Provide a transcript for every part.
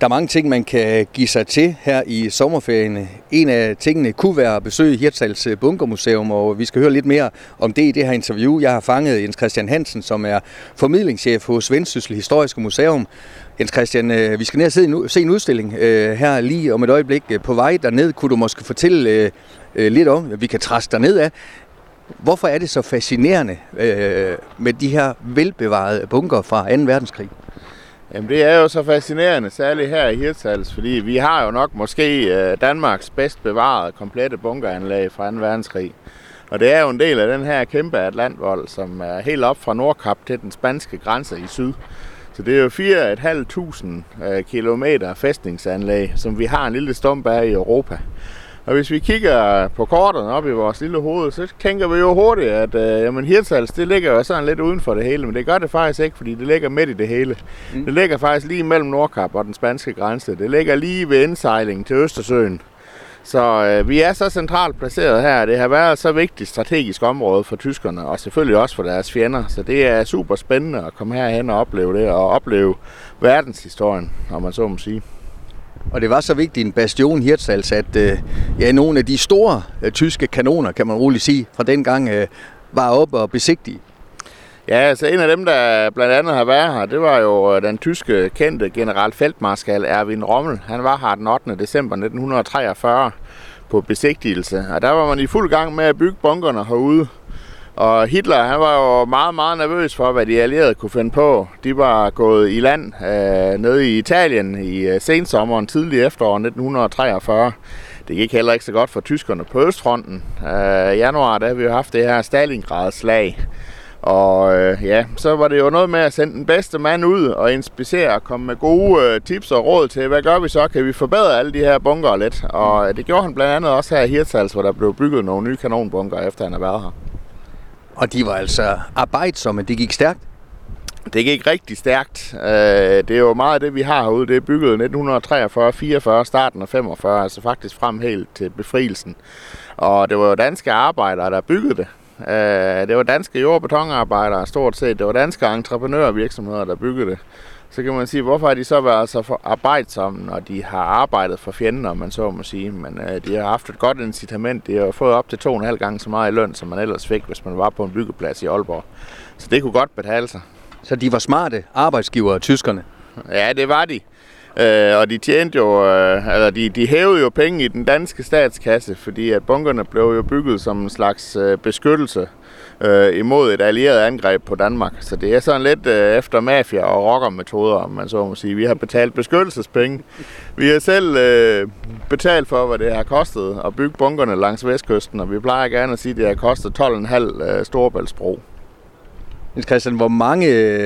Der er mange ting, man kan give sig til her i sommerferien. En af tingene kunne være at besøge Hirtshals Bunkermuseum, og vi skal høre lidt mere om det i det her interview. Jeg har fanget Jens Christian Hansen, som er formidlingschef hos Vendsyssel Historiske Museum. Jens Christian, vi skal ned og se en udstilling her lige om et øjeblik på vej derned. Kunne du måske fortælle lidt om, at vi kan traske derned af? Hvorfor er det så fascinerende med de her velbevarede bunker fra 2. verdenskrig? Jamen det er jo så fascinerende, særligt her i Hirtshals, fordi vi har jo nok måske Danmarks bedst bevarede komplette bunkeranlæg fra 2. verdenskrig. Og det er jo en del af den her kæmpe atlantvold, som er helt op fra Nordkap til den spanske grænse i syd. Så det er jo 4.500 kilometer fæstningsanlæg, som vi har en lille stump af i Europa. Og hvis vi kigger på kortene op i vores lille hoved, så tænker vi jo hurtigt, at Hirtshals, det ligger jo sådan lidt uden for det hele, men det gør det faktisk ikke, fordi det ligger midt i det hele. Det ligger faktisk lige mellem Nordkap og den spanske grænse. Det ligger lige ved indsejlingen til Østersøen. Så vi er så centralt placeret her, det har været så vigtigt strategisk område for tyskerne, og selvfølgelig også for deres fjender. Så det er super spændende at komme herhen og opleve det, og opleve verdenshistorien, om man så må sige. Og det var så vigtigt en bastion Hirtshals, at nogle af de store tyske kanoner, kan man roligt sige, fra dengang var oppe og besigtige. Ja, altså en af dem, der blandt andet har været her, det var jo den tyske kendte generalfeltmarskal Erwin Rommel. Han var her den 8. december 1943 på besigtigelse, og der var man i fuld gang med at bygge bunkerne herude. Og Hitler, han var jo meget, meget nervøs for, hvad de allierede kunne finde på. De var gået i land nede i Italien i sensommeren, tidlig efterår 1943. Det gik heller ikke så godt for tyskerne på Østfronten. I januar, der har vi jo haft det her Stalingrad-slag. Og så var det jo noget med at sende den bedste mand ud og inspicere og komme med gode tips og råd til, hvad gør vi så? Kan vi forbedre alle de her bunker lidt? Og det gjorde han blandt andet også her i Hirtshals, hvor der blev bygget nogle nye kanonbunker, efter han har været her. Og de var altså arbejdsomme, det gik stærkt? Det gik rigtig stærkt. Det er jo meget af det, vi har herude. Det er bygget 1943-44, starten af 45, altså faktisk frem helt til befrielsen. Og det var jo danske arbejdere, der byggede det. Det var danske jord- og betonarbejdere stort set. Det var danske entreprenørvirksomheder, der byggede det. Så kan man sige, hvorfor har de så været så for arbejdsomme, når de har arbejdet for fjenden, om man så må sige. Men de har haft et godt incitament. De har fået op til 2,5 gange så meget i løn, som man ellers fik, hvis man var på en byggeplads i Aalborg. Så det kunne godt betale sig. Så de var smarte arbejdsgivere, tyskerne? Ja, det var de. Og de tjente jo, de hævede jo penge i den danske statskasse, fordi at bunkerne blev jo bygget som en slags beskyttelse imod et allieret angreb på Danmark. Så det er sådan lidt efter mafia- og rockermetoder, om man så må sige. Vi har betalt beskyttelsespenge. Vi har selv betalt for, hvad det har kostet at bygge bunkerne langs vestkysten, og vi plejer gerne at sige, at det har kostet 12,5 Storebæltsbro. Jens Christian, hvor mange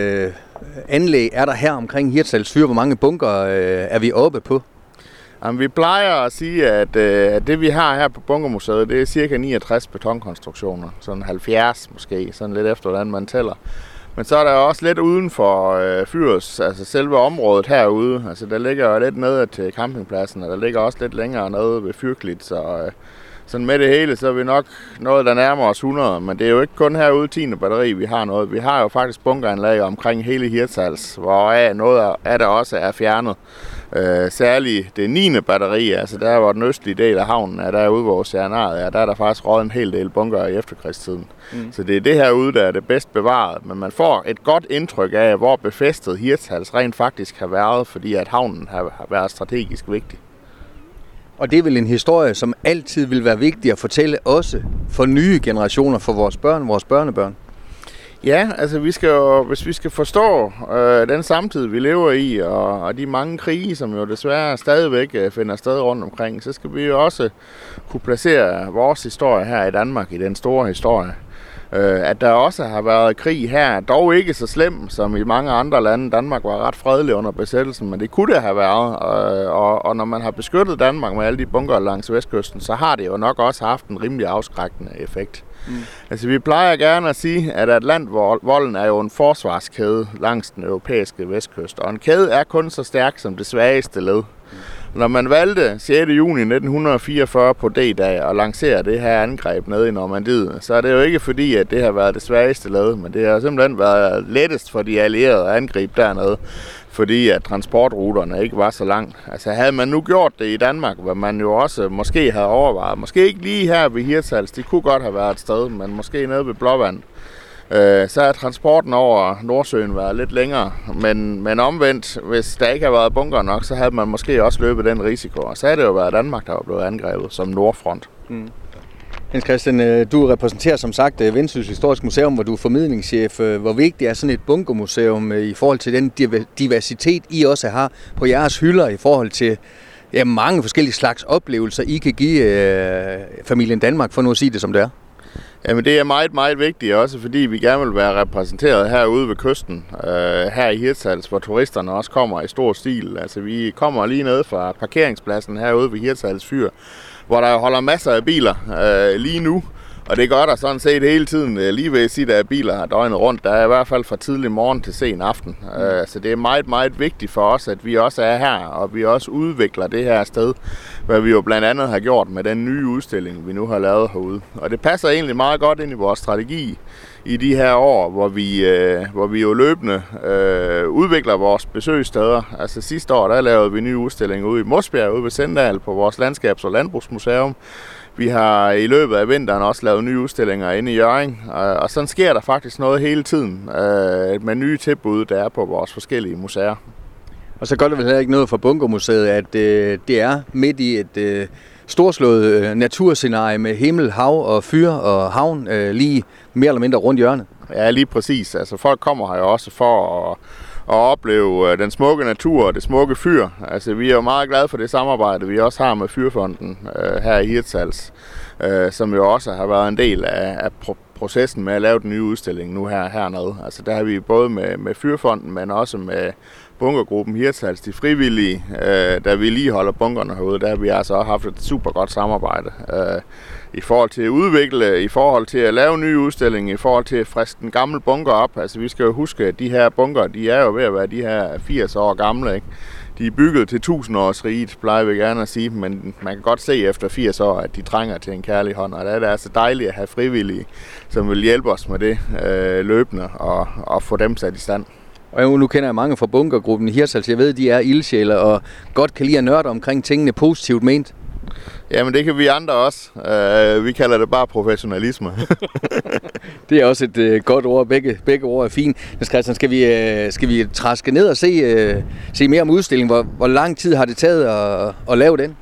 anlæg er der her omkring Hirtshals Fyr? Hvor mange bunker er vi oppe på? Jamen, vi plejer at sige, at det vi har her på Bunkermuseet, det er cirka 69 betonkonstruktioner. Sådan 70 måske, sådan lidt efter hvordan man tæller. Men så er der også lidt uden for Fyrs, altså selve området herude. Altså der ligger jo lidt nede til campingpladsen, og der ligger også lidt længere nede ved Fyrklit, så sådan med det hele, så er vi nok noget, der nærmer os 100, men det er jo ikke kun herude 10. batteri, vi har noget. Vi har jo faktisk bunkeranlæg omkring hele Hirtshals, hvor noget af det også er fjernet. Særligt det 9. batteri, altså der hvor den østlige del af havnen er derude, hvor oceanaret er, der er der faktisk røget en hel del bunker i efterkrigstiden. Så det er det herude, der er det bedst bevaret, men man får et godt indtryk af, hvor befæstet Hirtshals rent faktisk har været, fordi at havnen har været strategisk vigtig. Og det er vel en historie, som altid vil være vigtig at fortælle også for nye generationer, for vores børn, vores børnebørn. Ja, altså hvis vi skal forstå den samtid, vi lever i, og de mange krige, som jo desværre stadigvæk finder sted rundt omkring, så skal vi jo også kunne placere vores historie her i Danmark i den store historie. At der også har været krig her, dog ikke så slem som i mange andre lande. Danmark var ret fredelig under besættelsen, men det kunne det have været. Og når man har beskyttet Danmark med alle de bunker langs vestkysten, så har det jo nok også haft en rimelig afskrækkende effekt. Altså vi plejer gerne at sige, at Atlantvolden er jo en forsvarskæde langs den europæiske vestkyst, og en kæde er kun så stærk som det svageste led. Når man valgte 6. juni 1944 på D-dag og lancere det her angreb nede i Normandiet, så er det jo ikke fordi, at det har været det sværeste led, men det har simpelthen været lettest for de allierede at angribe dernede, fordi at transportruterne ikke var så langt. Altså havde man nu gjort det i Danmark, hvad man jo også måske havde overvejet, måske ikke lige her ved Hirtshals, det kunne godt have været et sted, men måske nede ved Blåvand, så er transporten over Nordsøen været lidt længere, men omvendt, hvis der ikke havde været bunker nok, så havde man måske også løbet den risiko, og så havde det jo været Danmark, der var blevet angrebet som Nordfront. Hans Christian, du repræsenterer som sagt Vendsyssel Historisk Museum, hvor du er formidlingschef. Hvor vigtigt er sådan et bunkermuseum i forhold til den diversitet, I også har på jeres hylder i forhold til mange forskellige slags oplevelser, I kan give familien Danmark, for nu at sige det som det er? Jamen det er meget, meget vigtigt også, fordi vi gerne vil være repræsenteret herude ved kysten, her i Hirtshals, hvor turisterne også kommer i stor stil. Altså vi kommer lige ned fra parkeringspladsen herude ved Hirtshals Fyr, hvor der holder masser af biler lige nu. Og det gør der sådan set hele tiden, lige ved at sige, at der er biler her døgnet rundt. Der er i hvert fald fra tidlig morgen til sen aften. Så det er meget, meget vigtigt for os, at vi også er her, og vi også udvikler det her sted, hvad vi jo blandt andet har gjort med den nye udstilling, vi nu har lavet herude. Og det passer egentlig meget godt ind i vores strategi i de her år, hvor vi jo løbende udvikler vores besøgssteder. Altså sidste år, der lavede vi en ny udstilling ude i Mosbjerg, ude ved Sendal på vores Landskabs- og Landbrugsmuseum. Vi har i løbet af vinteren også lavet nye udstillinger inde i Hjørring, og sådan sker der faktisk noget hele tiden med nye tilbud, der er på vores forskellige museer. Og så gør det vel heller ikke noget for Bunkermuseet, at det er midt i et storslået naturscenarie med himmel, hav og fyr og havn lige mere eller mindre rundt hjørnet. Ja, lige præcis. Altså folk kommer her jo også for at opleve den smukke natur og det smukke fyr. Altså vi er jo meget glade for det samarbejde, vi også har med Fyrfonden her i Hirtshals, som jo også har været en del af processen med at lave den nye udstilling nu hernede. Altså der har vi både med Fyrfonden, men også med bunkergruppen Hirtshals, de frivillige, da vi lige holder bunkerne herude, der har vi altså også haft et super godt samarbejde i forhold til at udvikle, i forhold til at lave nye udstillinger, i forhold til at friske den gamle bunker op. Altså vi skal jo huske, at de her bunker, de er jo ved at være de her 80 år gamle, ikke? De er bygget til 1000-årsriget, plejer vi gerne at sige, men man kan godt se efter 80 år, at de trænger til en kærlig hånd, og der er det altså dejligt at have frivillige, som vil hjælpe os med det løbende og få dem sat i stand. Og nu kender jeg mange fra bunkergruppen i Hirtshals. Jeg ved, de er ildsjæle og godt kan lide at nørde omkring tingene positivt ment. Jamen det kan vi andre også. Vi kalder det bare professionalisme. Det er også et godt ord. Begge ord er fint. Christian, skal vi traske ned og se mere om udstillingen? Hvor lang tid har det taget at lave den?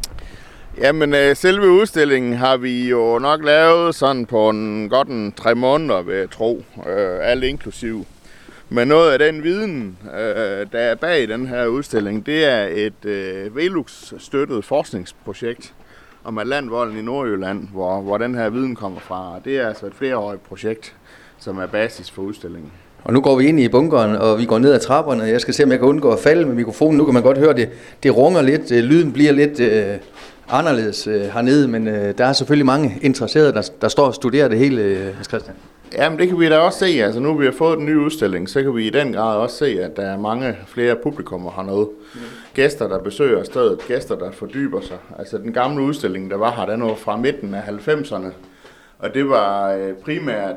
Jamen selve udstillingen har vi jo nok lavet sådan på godt 3 måneder, vil jeg tro. Alt inklusiv. Men noget af den viden, der er bag den her udstilling, det er et Velux-støttet forskningsprojekt om Atlantvolden i Nordjylland, hvor den her viden kommer fra. Det er altså et flereårigt projekt, som er basis for udstillingen. Og nu går vi ind i bunkeren, og vi går ned ad trapperne. Jeg skal se, om jeg kan undgå at falde med mikrofonen. Nu kan man godt høre, det runger lidt. Lyden bliver lidt anderledes hernede, men der er selvfølgelig mange interesserede, der står og studerer det hele, Christian. Jamen det kan vi da også se. Altså nu vi har fået den nye udstilling, så kan vi i den grad også se, at der er mange flere publikummer hernede. Gæster, der besøger stedet, gæster, der fordyber sig. Altså den gamle udstilling, der var her, den var fra midten af 90'erne. Og det var primært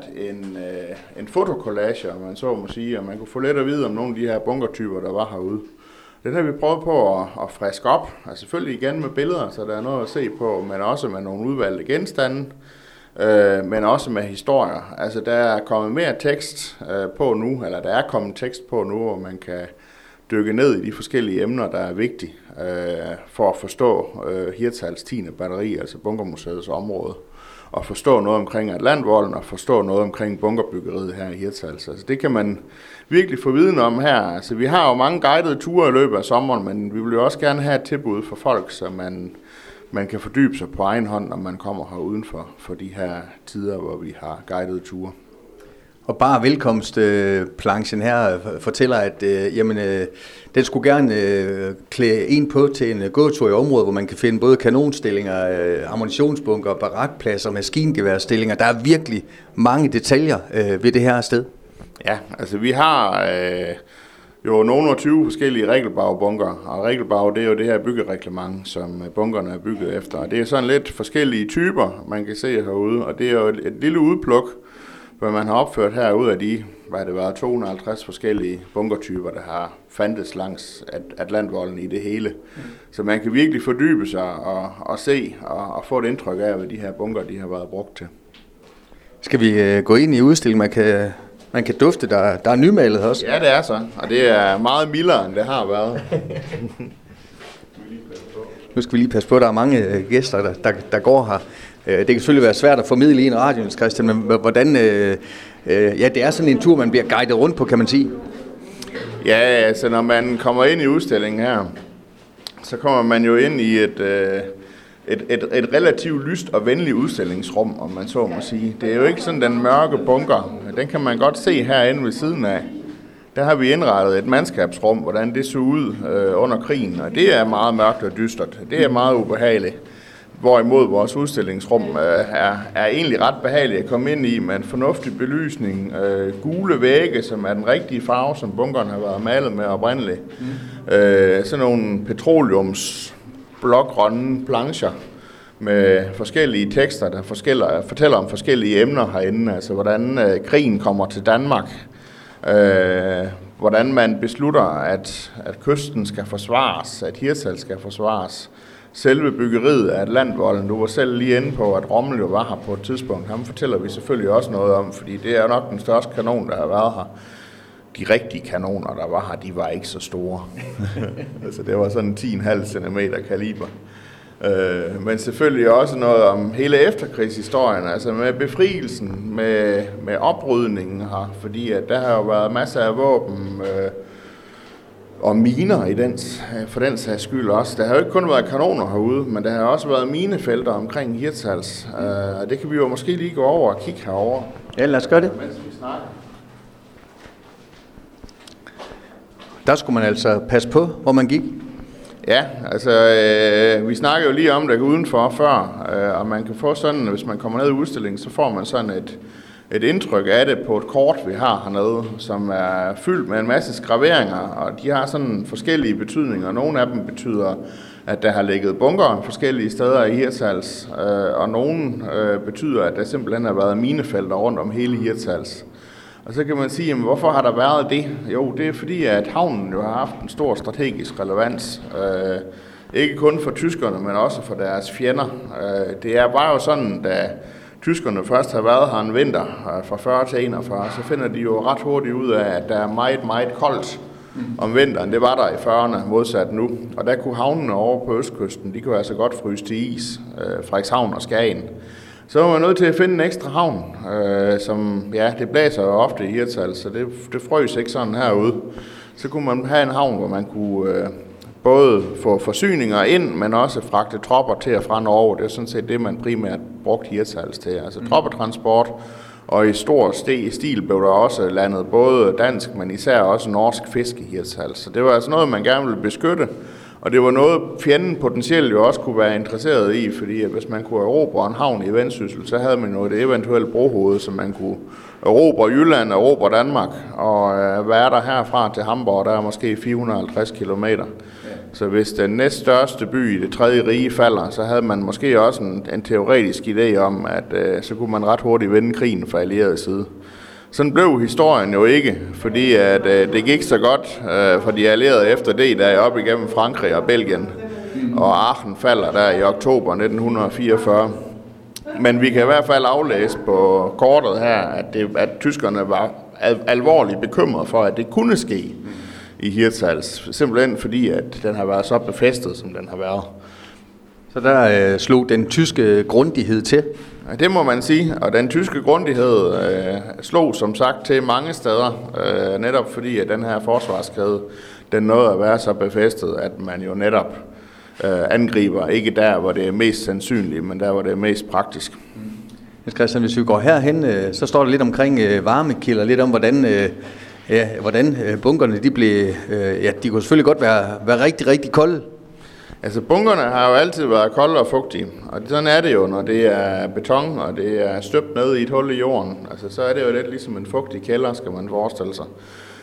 en fotokollage, om man så må sige, og man kunne få lidt at vide om nogle af de her bunkertyper, der var herude. Den har vi prøvet på at friske op, altså selvfølgelig igen med billeder, så der er noget at se på, men også med nogle udvalgte genstande. Men også med historier. Altså der er kommet mere tekst på nu, eller der er kommet tekst på nu, hvor man kan dykke ned i de forskellige emner, der er vigtige for at forstå Hirtshals 10. batteri, altså Bunkermuseets område, og forstå noget omkring Atlantvolden og forstå noget omkring bunkerbyggeriet her i Hirtshals. Altså det kan man virkelig få viden om her. Altså vi har jo mange guidede ture i løbet af sommeren, men vi vil jo også gerne have et tilbud for folk, så man kan fordybe sig på egen hånd, når man kommer her udenfor for de her tider, hvor vi har guidede ture. Og bare velkomstplanchen her fortæller, at den skulle gerne klæde en på til en gåtur i området, hvor man kan finde både kanonstillinger, ammunitionsbunker, barakpladser, maskingeværstillinger. Der er virkelig mange detaljer ved det her sted. Ja, altså vi har Jo, nogle 20 forskellige Regelbau-bunker, og Regelbau, det er jo det her byggereglement, som bunkerne er bygget efter. Og det er sådan lidt forskellige typer, man kan se herude, og det er jo et lille udpluk, hvad man har opført herude af de, 250 forskellige bunkertyper, der har fandtes langs Atlantvolden i det hele. Så man kan virkelig fordybe sig og se og få et indtryk af, hvad de her bunker de har været brugt til. Skal vi gå ind i udstillingen? Man kan dufte, der er nymalet også. Ja, det er så, og det er meget mildere, end det har været. Nu skal vi lige passe på, at der er mange gæster, der går her. Det kan selvfølgelig være svært at formidle i en radio, Christian, men hvordan... det er sådan en tur, man bliver guidet rundt på, kan man sige. Ja, altså når man kommer ind i udstillingen her, så kommer man jo ind i et relativt lyst og venligt udstillingsrum, om man så må sige. Det er jo ikke sådan den mørke bunker. Den kan man godt se herinde ved siden af. Der har vi indrettet et mandskabsrum, hvordan det så ud under krigen, og det er meget mørkt og dystert. Det er meget ubehageligt. Hvorimod vores udstillingsrum er egentlig ret behageligt at komme ind i med en fornuftig belysning, gule vægge, som er den rigtige farve, som bunkeren har været malet med oprindeligt. Sådan nogle petroleums blågrønne plancher med forskellige tekster, der fortæller om forskellige emner herinde, altså hvordan krigen kommer til Danmark, hvordan man beslutter, at kysten skal forsvares, at Hirtshals skal forsvares, selve byggeriet af Atlantvolden. Du var selv lige inde på, at Rommel jo var her på et tidspunkt. Ham fortæller vi selvfølgelig også noget om, fordi det er nok den største kanon, der har været her. De rigtige kanoner, der var her, de var ikke så store. Altså det var sådan 10,5 cm kaliber. Men selvfølgelig også noget om hele efterkrigshistorien, altså med befrielsen, med oprydningen her, fordi at der har jo været masser af våben og miner for den sags skyld også. Der har jo ikke kun været kanoner herude, men der har også været minefelter omkring Hirtshals. Det kan vi jo måske lige gå over og kigge herover. Ja, lad os gøre det. Mens vi snakker. Der skulle man altså passe på, hvor man gik. Ja, altså vi snakker jo lige om det udenfor før, og man kan få sådan, hvis man kommer ned i udstillingen, så får man sådan et indtryk af det på et kort, vi har hernede, som er fyldt med en masse skraveringer, og de har sådan forskellige betydninger. Nogle af dem betyder, at der har ligget bunker forskellige steder i Hirtshals, og nogle betyder, at der simpelthen har været minefelter rundt om hele Hirtshals. Og så kan man sige, jamen, hvorfor har der været det? Jo, det er fordi, at havnen jo har haft en stor strategisk relevans. Ikke kun for tyskerne, men også for deres fjender. Det er bare jo sådan, da tyskerne først har været her en vinter fra 40 til 41, så finder de jo ret hurtigt ud af, at der er meget, meget koldt om vinteren. Det var der i 40'erne, modsat nu. Og der kunne havnene over på østkysten, de kunne altså godt fryse til is, Frederikshavn og Skagen. Så var man nødt til at finde en ekstra havn, som, ja, det blæser jo ofte i Hirtshals, så det frøs ikke sådan herude. Så kunne man have en havn, hvor man kunne både få forsyninger ind, men også fragte tropper til og fra Norge. Det er sådan set det, man primært brugte Hirtshals til. Altså troppetransport, og i stor stil blev der også landet både dansk, men især også norsk fisk i Hirtshals. Så det var altså noget, man gerne ville beskytte. Og det var noget, fjenden potentielt jo også kunne være interesseret i, fordi at hvis man kunne erobre en havn i Vendsyssel, så havde man jo et eventuelt brohoved, som man kunne erobre Jylland, erobre Danmark, og være der herfra til Hamburg, der er måske 450 kilometer. Så hvis den næststørste by i det tredje rige falder, så havde man måske også en teoretisk idé om, at så kunne man ret hurtigt vinde krigen fra allierede side. Sådan blev historien jo ikke, fordi at, det gik så godt for de allierede efter det, der er op igennem Frankrig og Belgien, og Aachen falder der i oktober 1944. Men vi kan i hvert fald aflæse på kortet her, at tyskerne var alvorligt bekymrede for, at det kunne ske i Hirtshals, simpelthen fordi, at den har været så befæstet, som den har været. Så der slog den tyske grundighed til? Ja, det må man sige, og den tyske grundighed slog som sagt til mange steder, netop fordi, at den her forsvarskæde, den nåede at være så befæstet, at man jo netop angriber, ikke der, hvor det er mest sandsynligt, men der, hvor det er mest praktisk. Christian, hvis vi går herhen, så står der lidt omkring varmekilder, lidt om, hvordan bunkerne, de blev, de kunne selvfølgelig godt være rigtig, rigtig kolde. Altså bunkerne har jo altid været kolde og fugtige, og sådan er det jo, når det er beton, og det er støbt ned i et hul i jorden. Altså så er det jo lidt ligesom en fugtig kælder, skal man forestille sig.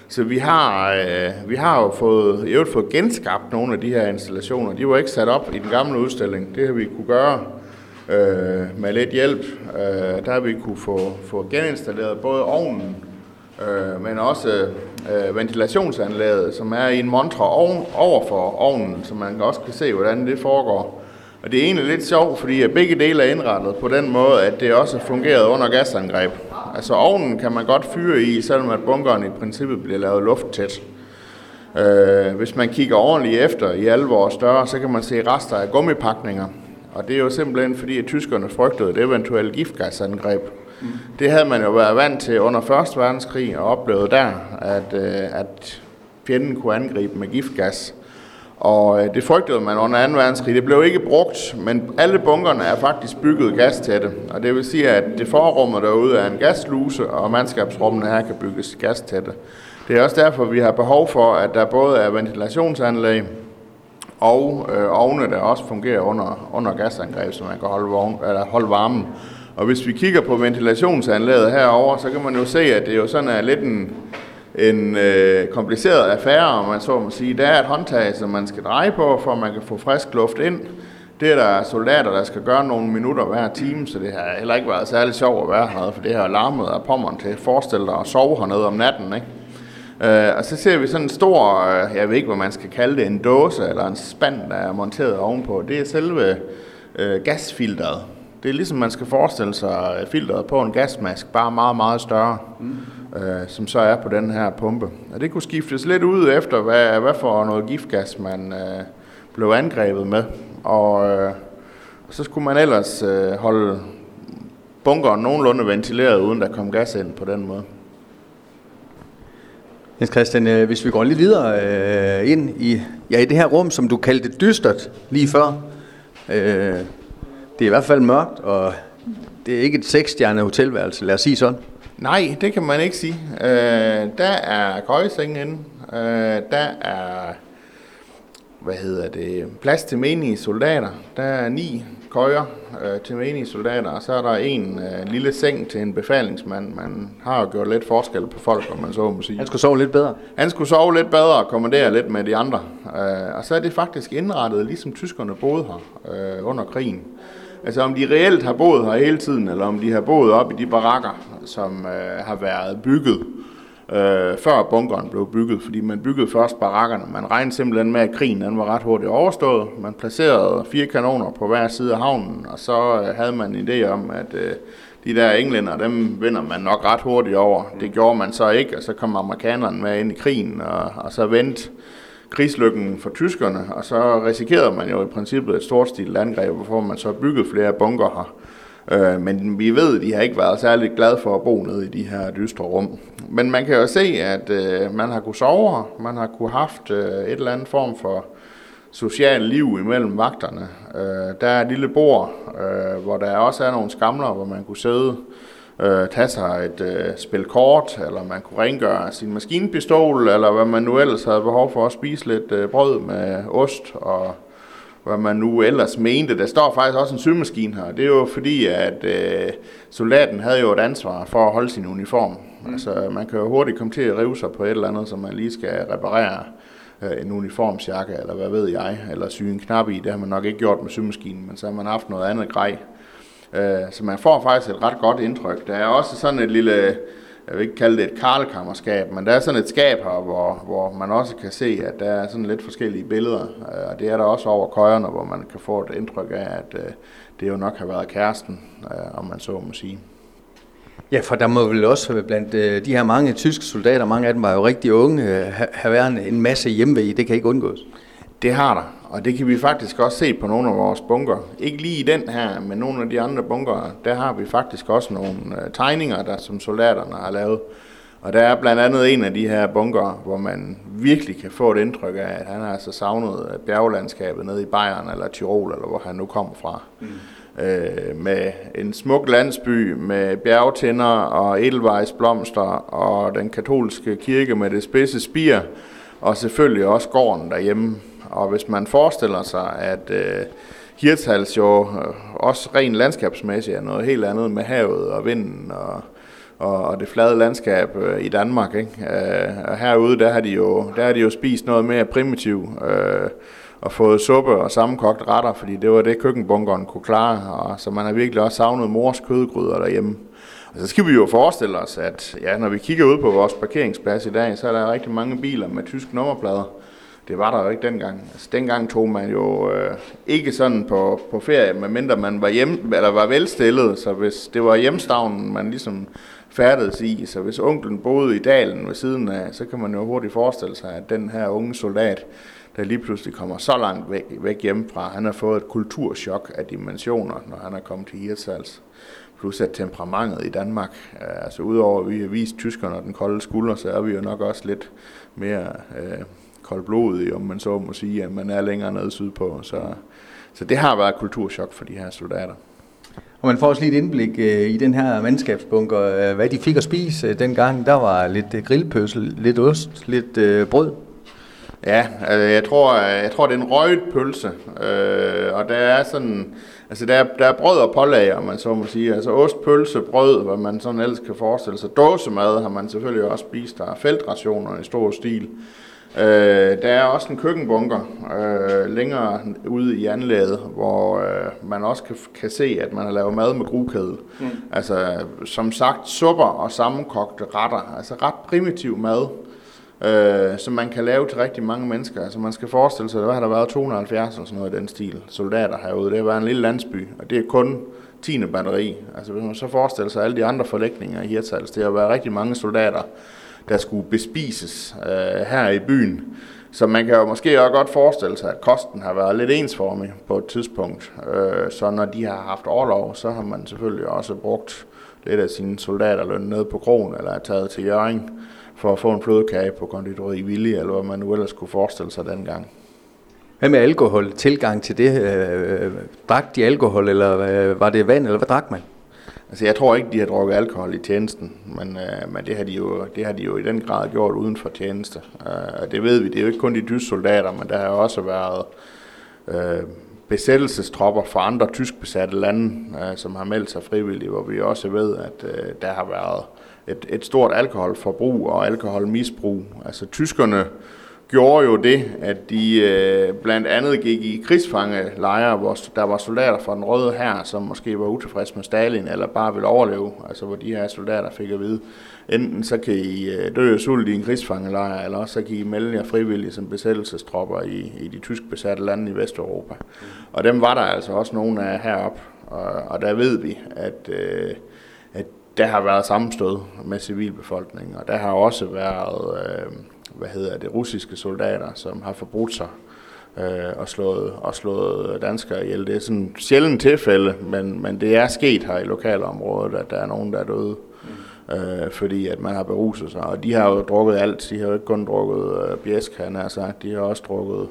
Så vi har jo fået genskabt nogle af de her installationer. De var ikke sat op i den gamle udstilling. Det har vi kunne gøre med lidt hjælp. Der har vi kunne få geninstalleret både ovnen, men også ventilationsanlægget, som er i en montre over for ovnen, så man også kan se, hvordan det foregår. Og det er egentlig lidt sjovt, fordi begge dele er indrettet på den måde, at det også fungerede under gasangreb. Altså ovnen kan man godt fyre i, selvom at bunkeren i princippet bliver lavet lufttæt. Hvis man kigger ordentligt efter i alle vores døre, så kan man se rester af gummipakninger. Og det er jo simpelthen fordi, at tyskerne frygtede et eventuelt giftgasangreb. Det havde man jo været vant til under 1. verdenskrig og oplevet der, at fjenden kunne angribe med giftgas. Og det frygtede man under 2. verdenskrig. Det blev ikke brugt, men alle bunkerne er faktisk bygget gastætte. Og det vil sige, at det forrummet derude er en gassluse, og mandskabsrummene her kan bygges gastætte. Det er også derfor, vi har behov for, at der både er ventilationsanlæg og ovne, der også fungerer under gasangreb, så man kan holde varmen. Og hvis vi kigger på ventilationsanlægget herover, så kan man jo se, at det jo sådan er lidt en kompliceret affære, om man så må sige. Der er et håndtag, som man skal dreje på, for at man kan få frisk luft ind. Det er der soldater, der skal gøre nogle minutter hver time, så det har heller ikke været særlig sjovt at være hernede, for det har larmet af Pommern til. Forestil dig at sove hernede om natten, ikke? Og så ser vi sådan en stor, jeg ved ikke, hvad man skal kalde det, en dåse eller en spand, der er monteret ovenpå. Det er selve gasfilteret. Det er ligesom man skal forestille sig filteret på en gasmask, bare meget, meget større, som så er på den her pumpe. Og det kunne skiftes lidt ud efter, hvad for noget giftgas man blev angrebet med. Og så skulle man ellers holde bunkeren nogenlunde ventileret, uden der kom gas ind på den måde. Jens Christian, hvis vi går lidt videre ind i det her rum, som du kaldte dystert lige før. Det er i hvert fald mørkt, og det er ikke et 6-stjernet hotelværelse, lad os sige sådan. Nej, det kan man ikke sige. Der er køjeseng inde. Der er plads til menige soldater. Der er 9 køjer til menige soldater, og så er der en lille seng til en befalingsmand. Man har jo gjort lidt forskel på folk, om man så må sige. Han skulle sove lidt bedre? Han skulle sove lidt bedre og kommandere lidt med de andre. Og så er det faktisk indrettet, ligesom tyskerne boede her under krigen. Altså om de reelt har boet her hele tiden, eller om de har boet op i de barakker, som har været bygget før bunkeren blev bygget, fordi man byggede først barakkerne. Man regnede simpelthen med, at krigen den var ret hurtigt overstået. Man placerede 4 kanoner på hver side af havnen, og så havde man en idé om, at de der englænder, dem vinder man nok ret hurtigt over. Det gjorde man så ikke, og så kom amerikanerne med ind i krigen, og så vendte krigslykken for tyskerne, og så risikerede man jo i princippet et storstilet angreb, hvorfor man så byggede flere bunker her. Men vi ved, at de har ikke været særlig glade for at bo nede i de her dystre rum. Men man kan jo se, at man har kunnet sove her, man har kunnet haft et eller andet form for social liv imellem vagterne. Der er et lille bord, hvor der også er nogle skamler, hvor man kunne sidde, tage sig et spil kort, eller man kunne rengøre sin maskinpistol, eller hvad man nu ellers havde behov for at spise lidt brød med ost, og hvad man nu ellers mente. Der står faktisk også en symaskine her. Det er jo fordi, at soldaten havde jo et ansvar for at holde sin uniform. Altså, man kan jo hurtigt komme til at rive sig på et eller andet, så man lige skal reparere en uniformsjakke, eller hvad ved jeg, eller sy en knap i. Det har man nok ikke gjort med symaskinen, men så har man haft noget andet grej. Så man får faktisk et ret godt indtryk. Der er også sådan et lille, jeg vil ikke kalde det et karlekammerskab, men der er sådan et skab her, hvor man også kan se, at der er sådan lidt forskellige billeder. Og det er der også over køjerne, hvor man kan få et indtryk af, at det jo nok har været kæresten, om man så må sige. Ja, for der må vel også blandt de her mange tyske soldater, mange af dem var jo rigtig unge, have været en masse hjemve. Det kan ikke undgås. Det har der, og det kan vi faktisk også se på nogle af vores bunker. Ikke lige i den her, men nogle af de andre bunker, der har vi faktisk også nogle tegninger, der som soldaterne har lavet. Og der er blandt andet en af de her bunker, hvor man virkelig kan få et indtryk af, at han har altså savnet bjerglandskabet nede i Bayern eller Tyrol, eller hvor han nu kommer fra. Med en smuk landsby med bjergtinder og edelvejsblomster og den katolske kirke med det spidse spir, og selvfølgelig også gården derhjemme. Og hvis man forestiller sig, at Hirtshals jo også rent landskabsmæssigt er noget helt andet med havet og vinden og det flade landskab i Danmark, ikke? Og herude, der har de jo spist noget mere primitivt, og fået suppe og sammenkogte retter, fordi det var det køkkenbunkeren kunne klare, og så man har virkelig også savnet mors kødgryder derhjemme. Og så skal vi jo forestille os, at når vi kigger ud på vores parkeringsplads i dag, så er der rigtig mange biler med tysk nummerplader. Det var der jo ikke dengang. Altså dengang tog man jo ikke sådan på ferie, medmindre man var hjemme eller var velstillet, så hvis det var hjemstavnen, man ligesom færdedes i, så hvis onklen boede i dalen ved siden af, så kan man jo hurtigt forestille sig, at den her unge soldat, der lige pludselig kommer så langt væk hjemmefra, han har fået et kulturschok af dimensioner, når han er kommet til Hirtshals. Plus at temperamentet i Danmark, altså udover at vi har vist tyskerne den kolde skulder, så er vi jo nok også lidt mere koldblodige, om man så må sige, at man er længere nede sydpå. Så det har været et kulturschok for de her soldater. Og man får også lige et indblik i den her mandskabsbunker, hvad de fik at spise dengang. Der var lidt grillpøssel, lidt ost, lidt brød. Ja, jeg tror det er en røget pølse, og der er sådan, altså der er brød og pålag, om man så må sige, altså ost, pølse, brød, hvad man sådan ellers kan forestille sig. Dåsemad har man selvfølgelig også spist, der er feltrationer i stor stil. Der er også en køkkenbunker længere ude i anlægget, hvor man også kan se, at man har lavet mad med grugkedel. Altså som sagt supper og sammenkogte retter, altså ret primitiv mad. Som man kan lave til rigtig mange mennesker. Altså man skal forestille sig, at der har været 270 eller sådan noget i den stil soldater herude. Det har været en lille landsby, og det er kun 10. batteri. Altså hvis man så forestiller sig alle de andre forlægninger i Hirtshals, det har været rigtig mange soldater, der skulle bespises her i byen. Så man kan jo måske også godt forestille sig, at kosten har været lidt ensformig på et tidspunkt. Så når de har haft orlov, så har man selvfølgelig også brugt lidt af sine soldaterløn nede på krogen, eller er taget til Hjørring for at få en flødekage på konditori Willy, eller hvad man nu ellers kunne forestille sig dengang. Hvad med alkohol? Tilgang til det? Drak de alkohol, eller var det vand, eller hvad drak man? Altså jeg tror ikke, de har drukket alkohol i tjenesten, men det har de jo i den grad gjort uden for tjeneste. Det ved vi, det er jo ikke kun de tyske soldater, men der har også været besættelsestropper fra andre tysk besatte lande, som har meldt sig frivilligt, hvor vi også ved, at der har været et stort alkoholforbrug og alkoholmisbrug. Altså tyskerne gjorde jo det, at de blandt andet gik i krigsfangelejre, hvor der var soldater fra den røde hær, som måske var utilfredse med Stalin, eller bare ville overleve, altså hvor de her soldater fik at vide, enten så kan I dø og sulte i en krigsfangelejre, eller også så kan I melde jer frivilligt som besættelsestropper i de tysk besatte lande i Vesteuropa. Og dem var der altså også nogle af heroppe, og der ved vi, at der har været sammenstød med civilbefolkningen, og der har også været russiske soldater, som har forbrudt sig og slået danskere ihjel. Det er sådan et sjældent tilfælde, men det er sket her i lokalområdet, at der er nogen, der er døde, fordi at man har beruset sig. Og de har jo drukket alt. De har jo ikke kun drukket bjæsk, han har sagt. De har også drukket,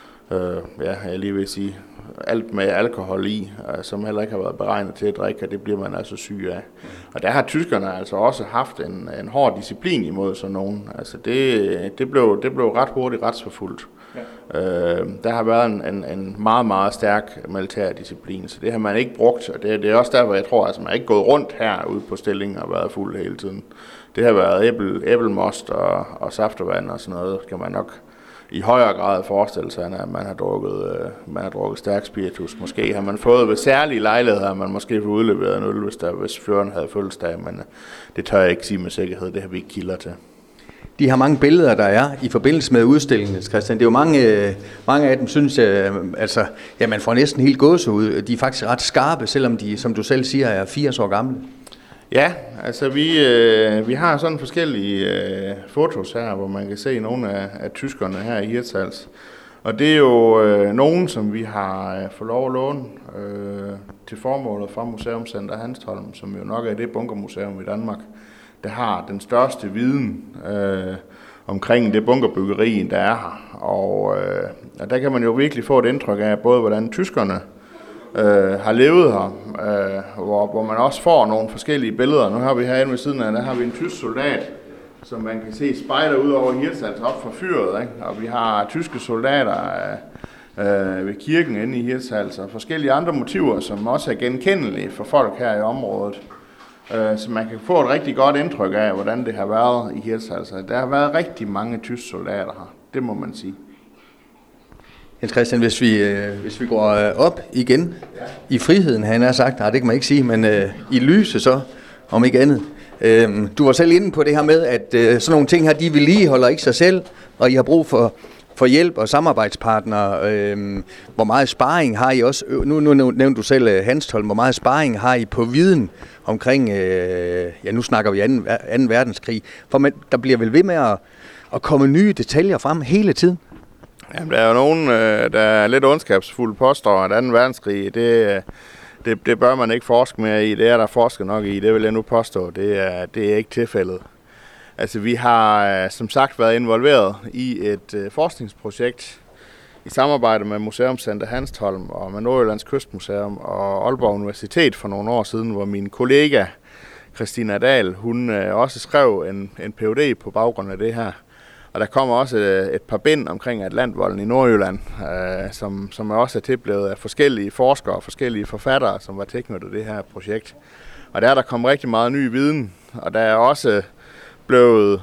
jeg lige vil sige, alt med alkohol i, som heller ikke har været beregnet til at drikke, og det bliver man altså syg af. Og der har tyskerne altså også haft en hård disciplin imod sådan nogen. Altså det blev ret hurtigt retsforfulgt. Ja. Der har været en meget, meget stærk militær disciplin, så det har man ikke brugt, og det er også derfor, jeg tror, at man er ikke gået rundt herude på stillingen og været fuld hele tiden. Det har været æblemost og saftevand og sådan noget, kan man nok i højere grad forestille sig, at man har drukket stærk spiritus. Måske har man fået ved særlige lejligheder, at man måske får udleveret en øl, hvis føreren havde fødselsdag, men det tør jeg ikke sige med sikkerhed, det har vi ikke kilder til. De har mange billeder, der er i forbindelse med udstillingen, Christian. Det er jo mange af dem, synes jeg, man får næsten helt gåsehud. De er faktisk ret skarpe, selvom de, som du selv siger, er 80 år gamle. Ja, altså vi har sådan forskellige fotos her, hvor man kan se nogle af tyskerne her i Hirtshals. Og det er jo nogen, som vi har fået lov at låne til formålet fra Museumscenter Hanstholm, som jo nok er det bunkermuseum i Danmark, der har den største viden omkring det bunkerbyggeri, der er her. Og der kan man jo virkelig få et indtryk af, både hvordan tyskerne har levet her, hvor man også får nogle forskellige billeder. Nu har vi herinde ved siden af, der har vi en tysk soldat, som man kan se spejder ud over Hirtshals op fra fyret, ikke? Og vi har tyske soldater ved kirken inde i Hirtshals, og forskellige andre motiver, som også er genkendelige for folk her i området. Så man kan få et rigtig godt indtryk af, hvordan det har været i Hirtshals. Der har været rigtig mange tyske soldater her, det må man sige. Jens Christian, hvis vi går op igen i friheden, han har sagt, nej, det kan man ikke sige, men i lyset så, om ikke andet. Du var selv inde på det her med, at sådan nogle ting her, de vedligeholder ikke sig selv, og I har brug for hjælp og samarbejdspartnere. Hvor meget sparring har I også? Nu nævnte du selv Hanstholm. Hvor meget sparring har I på viden omkring, nu snakker vi 2. verdenskrig, for der bliver vel ved med at komme nye detaljer frem hele tiden? Jamen, der er jo nogen, der er lidt ondskabsfulde påstår, at 2. verdenskrig, det bør man ikke forske mere i. Det er der forsket nok i, det vil jeg nu påstå. Det er ikke tilfældet. Altså, vi har som sagt været involveret i et forskningsprojekt i samarbejde med Museumscenter Hanstholm og med Nordjyllands Kystmuseum og Aalborg Universitet for nogle år siden, hvor min kollega Christina Dahl, hun også skrev en Ph.D. på baggrund af det her. Og der kommer også et par bind omkring Atlantvolden i Nordjylland, som også er tilblevet af forskellige forskere og forskellige forfattere, som var tilknyttet det her projekt. Og der kommet rigtig meget ny viden, og der er også blevet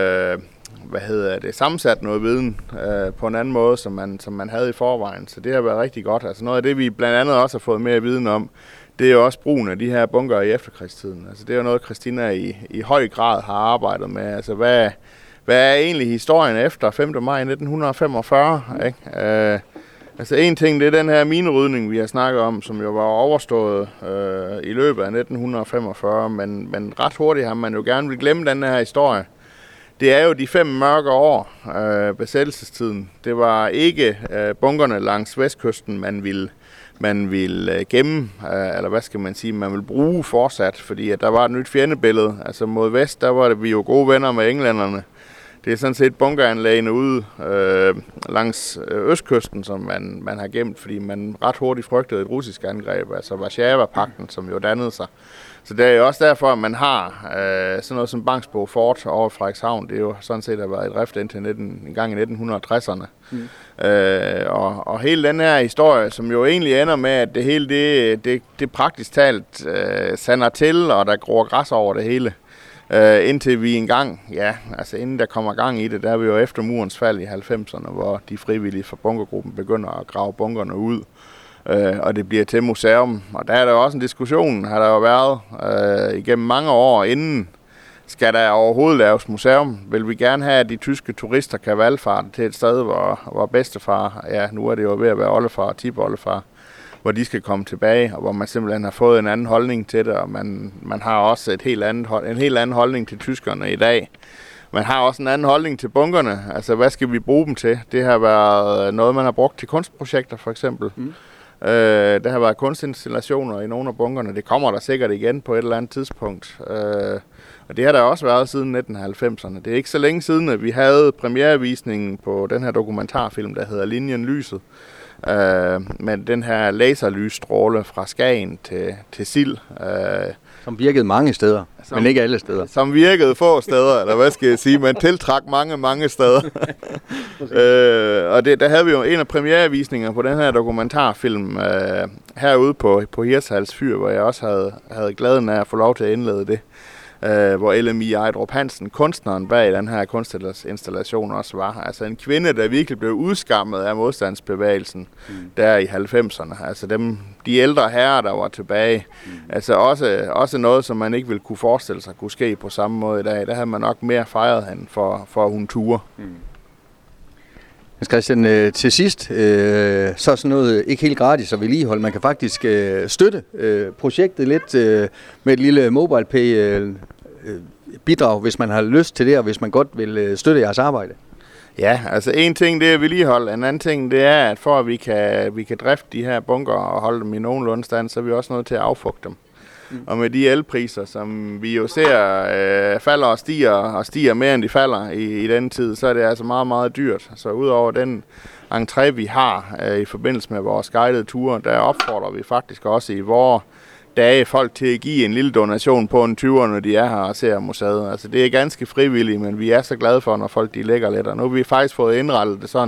sammensat noget viden på en anden måde, som man havde i forvejen. Så det har været rigtig godt. Altså noget af det, vi blandt andet også har fået mere viden om, det er jo også brugen af de her bunker i efterkrigstiden. Altså det er jo noget, Christina i høj grad har arbejdet med. Altså hvad er egentlig historien efter 5. maj 1945? Ikke? Altså en ting, det er den her minerydning, vi har snakket om, som jo var overstået i løbet af 1945, men ret hurtigt har man jo gerne vil glemme den her historie. Det er jo de 5 mørke år, besættelsestiden. Det var ikke bunkerne langs vestkysten, man ville gemme, eller hvad skal man sige, man ville bruge fortsat, fordi at der var et nyt fjendebillede. Altså mod vest, der var vi jo gode venner med englænderne. Det er sådan set bunkeranlæggene ude langs østkysten, som man har gemt, fordi man ret hurtigt frygtede et russisk angreb, altså Warszawa-pakten, som jo dannede sig. Så det er jo også derfor, at man har sådan noget som Bangsbo Fort over Frederikshavn. Det er jo sådan set har været i drift indtil en gang i 1960'erne. Og hele den her historie, som jo egentlig ender med, at det hele det praktisk talt sander til, og der gror græs over det hele. Indtil vi engang, inden der kommer gang i det, der er vi jo efter murens fald i 90'erne, hvor de frivillige fra bunkergruppen begynder at grave bunkerne ud, og det bliver til museum. Og der er der jo også en diskussion, har der jo været igennem mange år inden, skal der overhovedet laves museum? Vil vi gerne have, at de tyske turister kan valfarte til et sted, hvor bedstefar, nu er det jo ved at være oldefar og tipoldefar, hvor de skal komme tilbage, og hvor man simpelthen har fået en anden holdning til det, og man har også en helt anden holdning til tyskerne i dag. Man har også en anden holdning til bunkerne. Altså, hvad skal vi bruge dem til? Det har været noget, man har brugt til kunstprojekter, for eksempel. Der har været kunstinstallationer i nogle af bunkerne. Det kommer der sikkert igen på et eller andet tidspunkt. Og det har der også været siden 1990'erne. Det er ikke så længe siden, at vi havde premierevisningen på den her dokumentarfilm, der hedder Linjen Lyset. Med den her laserlysstråle fra Skagen til Sild. Som virkede mange steder, men ikke alle steder. Som virkede få steder, eller hvad skal jeg sige, men tiltrak mange steder. Og der havde vi jo en af premierevisninger på den her dokumentarfilm herude på Hirtshals Fyr, hvor jeg også havde glæden af at få lov til at indlede det. Hvor LMI Ejdrup Hansen, kunstneren bag den her kunstinstallation også var. Altså en kvinde, der virkelig blev udskammet af modstandsbevægelsen der i 90'erne. Altså de ældre herrer, der var tilbage. Altså også noget, som man ikke ville kunne forestille sig kunne ske på samme måde i dag. Der havde man nok mere fejret hende for hun turde. Christian, til sidst, så er sådan noget ikke helt gratis at vedligeholde. Man kan faktisk støtte projektet lidt med et lille MobilePay bidrag, hvis man har lyst til det, og hvis man godt vil støtte jeres arbejde. Ja, altså en ting det er vedligehold, en anden ting det er, at for at vi kan drifte de her bunker og holde dem i nogenlunde stand, så er vi også nødt til at affugte dem. Og med de elpriser, som vi jo ser falder og stiger mere end de falder i den tid, så er det altså meget, meget dyrt. Så udover den entré, vi har i forbindelse med vores guidede ture, der opfordrer vi faktisk også i vores dage folk til at give en lille donation på en 20'er, når de er her og ser museet. Altså det er ganske frivilligt, men vi er så glade for, når folk de lægger lidt. Og nu har vi faktisk fået indrettet det sådan,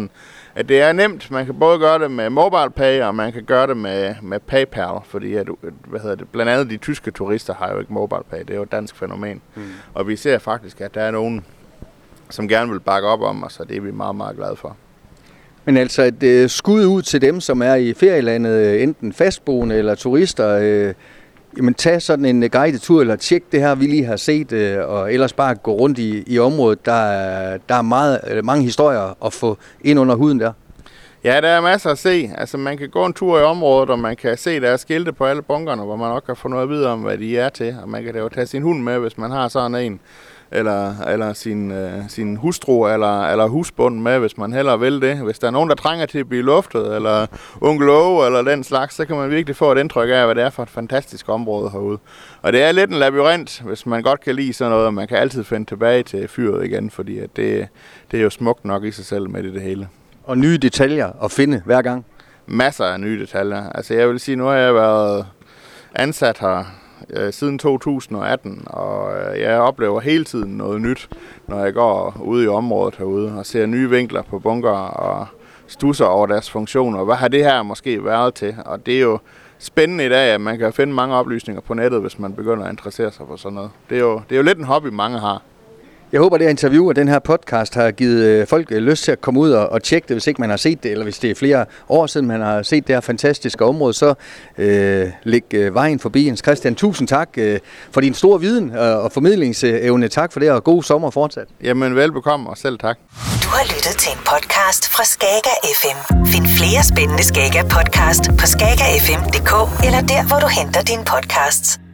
at det er nemt. Man kan både gøre det med MobilePay, og man kan gøre det med PayPal, fordi blandt andet de tyske turister har jo ikke MobilePay. Det er jo et dansk fænomen. Og vi ser faktisk, at der er nogen, som gerne vil bakke op om os, og det er vi meget, meget glade for. Men altså et skud ud til dem, som er i ferielandet, enten fastboende eller turister. Jamen tag sådan en guided tur, eller tjek det her, vi lige har set, og ellers bare gå rundt i området. Der er mange historier at få ind under huden der. Ja, der er masser at se. Altså man kan gå en tur i området, og man kan se deres skilte på alle bunkerne, hvor man også kan få noget at vide om, hvad de er til. Og man kan jo tage sin hund med, hvis man har sådan en. Eller sin hustru eller husbund med, hvis man hellere vil det. Hvis der er nogen, der trænger til at blive luftet, eller onkel Åge, eller den slags, så kan man virkelig få et indtryk af, hvad det er for et fantastisk område herude. Og det er lidt en labyrint, hvis man godt kan lide sådan noget, og man kan altid finde tilbage til fyret igen, fordi at det er jo smukt nok i sig selv med det hele. Og nye detaljer at finde hver gang? Masser af nye detaljer. Altså jeg vil sige, nu har jeg været ansat her siden 2018, og jeg oplever hele tiden noget nyt, når jeg går ude i området herude og ser nye vinkler på bunker og stusser over deres funktioner. Hvad har det her måske været til? Og det er jo spændende i dag, at man kan finde mange oplysninger på nettet, hvis man begynder at interessere sig for sådan noget. Det er jo lidt en hobby, mange har. Jeg håber, det her interview og den her podcast har givet folk lyst til at komme ud og tjekke det, hvis ikke man har set det, eller hvis det er flere år siden, man har set det her fantastiske område, så læg vejen forbi. Jens Christian, tusind tak for din store viden og formidlingsevne. Tak for det, og god sommer fortsat. Jamen, velbekomme, og selv tak. Du har lyttet til en podcast fra Skager FM. Find flere spændende Skager podcast på skagerfm.dk eller der, hvor du henter dine podcasts.